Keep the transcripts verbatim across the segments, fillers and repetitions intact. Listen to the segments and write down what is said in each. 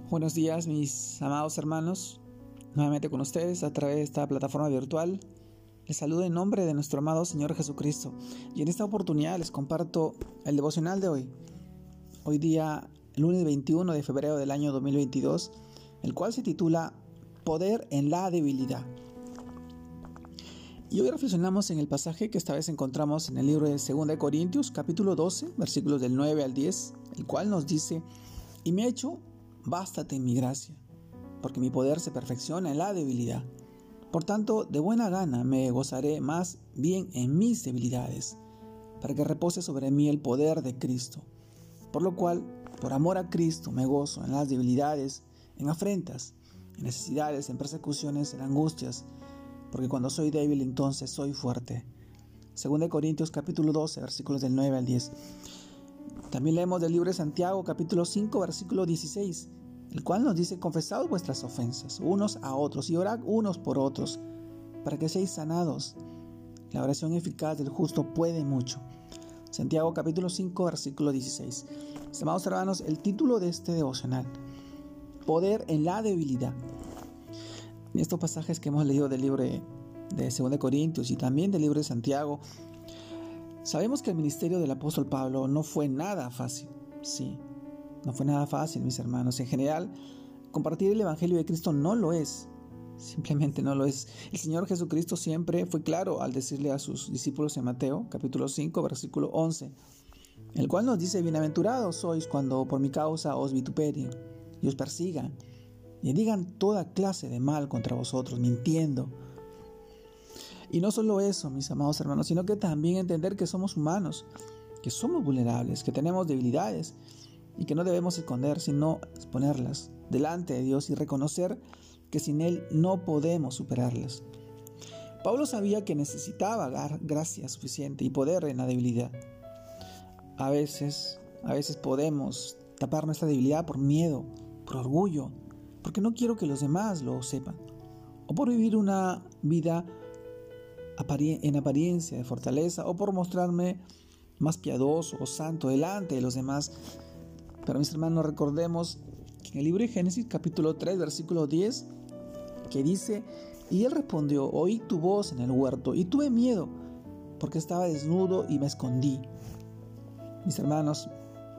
Buenos días, mis amados hermanos, nuevamente con ustedes a través de esta plataforma virtual. Les saludo en nombre de nuestro amado Señor Jesucristo y en esta oportunidad les comparto el devocional de hoy. Hoy día, lunes veintiuno de febrero del año dos mil veintidós, el cual se titula Poder en la debilidad. Y hoy reflexionamos en el pasaje que esta vez encontramos en el libro de segunda de Corintios, capítulo doce, versículos del nueve al diez, el cual nos dice: Y me he hecho bástate en mi gracia, porque mi poder se perfecciona en la debilidad. Por tanto, de buena gana me gozaré más bien en mis debilidades, para que repose sobre mí el poder de Cristo. Por lo cual, por amor a Cristo, me gozo en las debilidades, en afrentas, en necesidades, en persecuciones, en angustias, porque cuando soy débil, entonces soy fuerte. segunda de Corintios capítulo doce, versículos del nueve al diez. También leemos del libro de Santiago, capítulo cinco, versículo dieciséis, el cual nos dice: confesad vuestras ofensas unos a otros y orad unos por otros, para que seáis sanados. La oración eficaz del justo puede mucho. Santiago, capítulo cinco, versículo dieciséis. Estimados hermanos, el título de este devocional: Poder en la debilidad. En estos pasajes que hemos leído del libro de, de segunda de Corintios y también del libro de Santiago, sabemos que el ministerio del apóstol Pablo no fue nada fácil. Sí, no fue nada fácil, mis hermanos. En general, compartir el evangelio de Cristo no lo es. Simplemente no lo es. El Señor Jesucristo siempre fue claro al decirle a sus discípulos en Mateo, capítulo cinco, versículo once, el cual nos dice: bienaventurados sois cuando por mi causa os vituperien y os persigan y digan toda clase de mal contra vosotros, mintiendo. Y no solo eso, mis amados hermanos, sino que también entender que somos humanos, que somos vulnerables, que tenemos debilidades y que no debemos esconder, sino exponerlas delante de Dios y reconocer que sin Él no podemos superarlas. Pablo sabía que necesitaba gracia suficiente y poder en la debilidad. A veces, a veces podemos tapar nuestra debilidad por miedo, por orgullo, porque no quiero que los demás lo sepan, o por vivir una vida en apariencia de fortaleza, o por mostrarme más piadoso o santo delante de los demás. Pero mis hermanos, recordemos que en el libro de Génesis capítulo tres, versículo diez, que dice: y él respondió: oí tu voz en el huerto y tuve miedo, porque estaba desnudo y me escondí. Mis hermanos,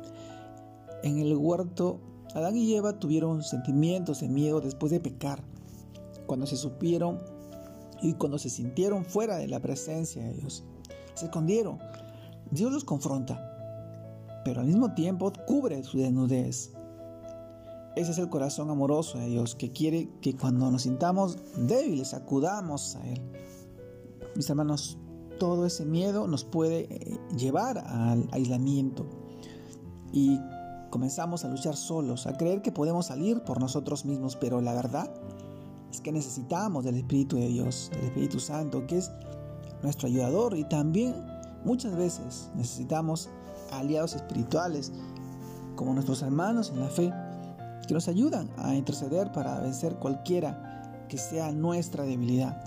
en el huerto Adán y Eva tuvieron sentimientos de miedo después de pecar, cuando se supieron y cuando se sintieron fuera de la presencia de Dios. Se escondieron. Dios los confronta, pero al mismo tiempo cubre su desnudez. Ese es el corazón amoroso de Dios, que quiere que cuando nos sintamos débiles acudamos a Él. Mis hermanos, todo ese miedo nos puede llevar al aislamiento y comenzamos a luchar solos, a creer que podemos salir por nosotros mismos, pero la verdad es que necesitamos del Espíritu de Dios, del Espíritu Santo, que es nuestro ayudador, y también muchas veces necesitamos aliados espirituales como nuestros hermanos en la fe, que nos ayudan a interceder para vencer cualquiera que sea nuestra debilidad.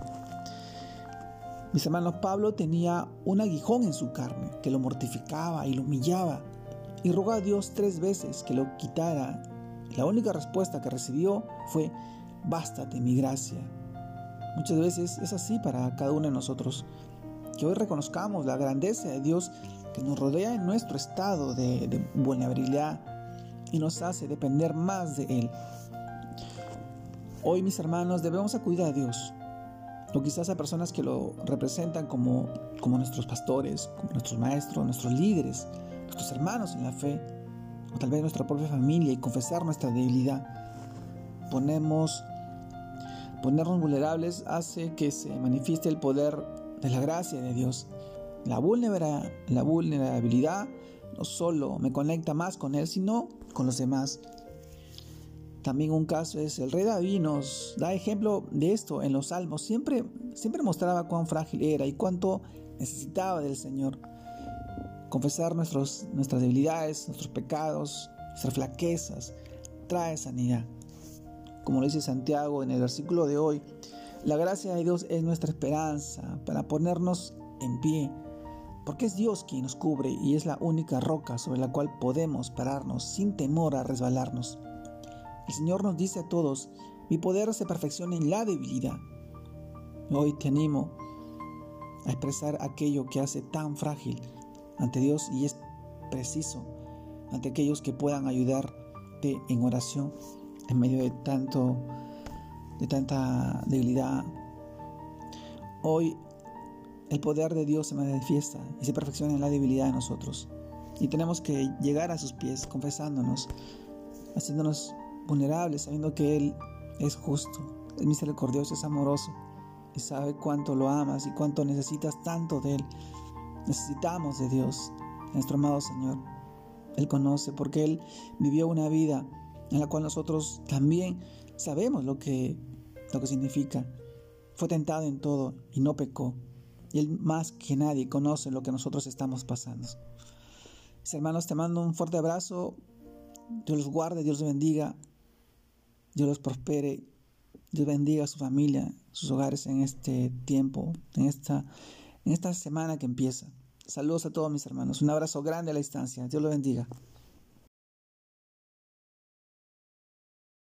Mis hermanos, Pablo tenía un aguijón en su carne que lo mortificaba y lo humillaba, y rogó a Dios tres veces que lo quitara. La única respuesta que recibió fue: bástate mi gracia. Muchas veces es así para cada uno de nosotros, que hoy reconozcamos la grandeza de Dios que nos rodea en nuestro estado de, de vulnerabilidad y nos hace depender más de Él. Hoy, mis hermanos, debemos acudir a Dios, o quizás a personas que lo representan como, como nuestros pastores, como nuestros maestros, nuestros líderes, nuestros hermanos en la fe, o tal vez nuestra propia familia, y confesar nuestra debilidad. Ponemos, ponernos vulnerables hace que se manifieste el poder de la gracia de Dios. La, vulnera, la vulnerabilidad no solo me conecta más con Él, sino con los demás. También un caso es el rey David nos da ejemplo de esto en los Salmos. Siempre, siempre mostraba cuán frágil era y cuánto necesitaba del Señor. Confesar nuestros, nuestras debilidades, nuestros pecados, nuestras flaquezas, trae sanidad. Como lo dice Santiago en el versículo de hoy, la gracia de Dios es nuestra esperanza para ponernos en pie, porque es Dios quien nos cubre y es la única roca sobre la cual podemos pararnos sin temor a resbalarnos. El Señor nos dice a todos: mi poder se perfecciona en la debilidad. Hoy te animo a expresar aquello que hace tan frágil ante Dios y es preciso ante aquellos que puedan ayudarte en oración en medio de tanto de tanta debilidad. Hoy el poder de Dios se manifiesta y se perfecciona en la debilidad de nosotros, y tenemos que llegar a sus pies confesándonos, haciéndonos vulnerables, sabiendo que Él es justo, es misericordioso, es amoroso y sabe cuánto lo amas y cuánto necesitas tanto de Él. Necesitamos de Dios, nuestro amado Señor. Él conoce, porque Él vivió una vida en la cual nosotros también sabemos lo que, lo que significa. Fue tentado en todo y no pecó. Y Él más que nadie conoce lo que nosotros estamos pasando. Mis hermanos, te mando un fuerte abrazo. Dios los guarde, Dios los bendiga, Dios los prospere, Dios bendiga a su familia, sus hogares en este tiempo, en esta, en esta semana que empieza. Saludos a todos mis hermanos. Un abrazo grande a la distancia. Dios los bendiga.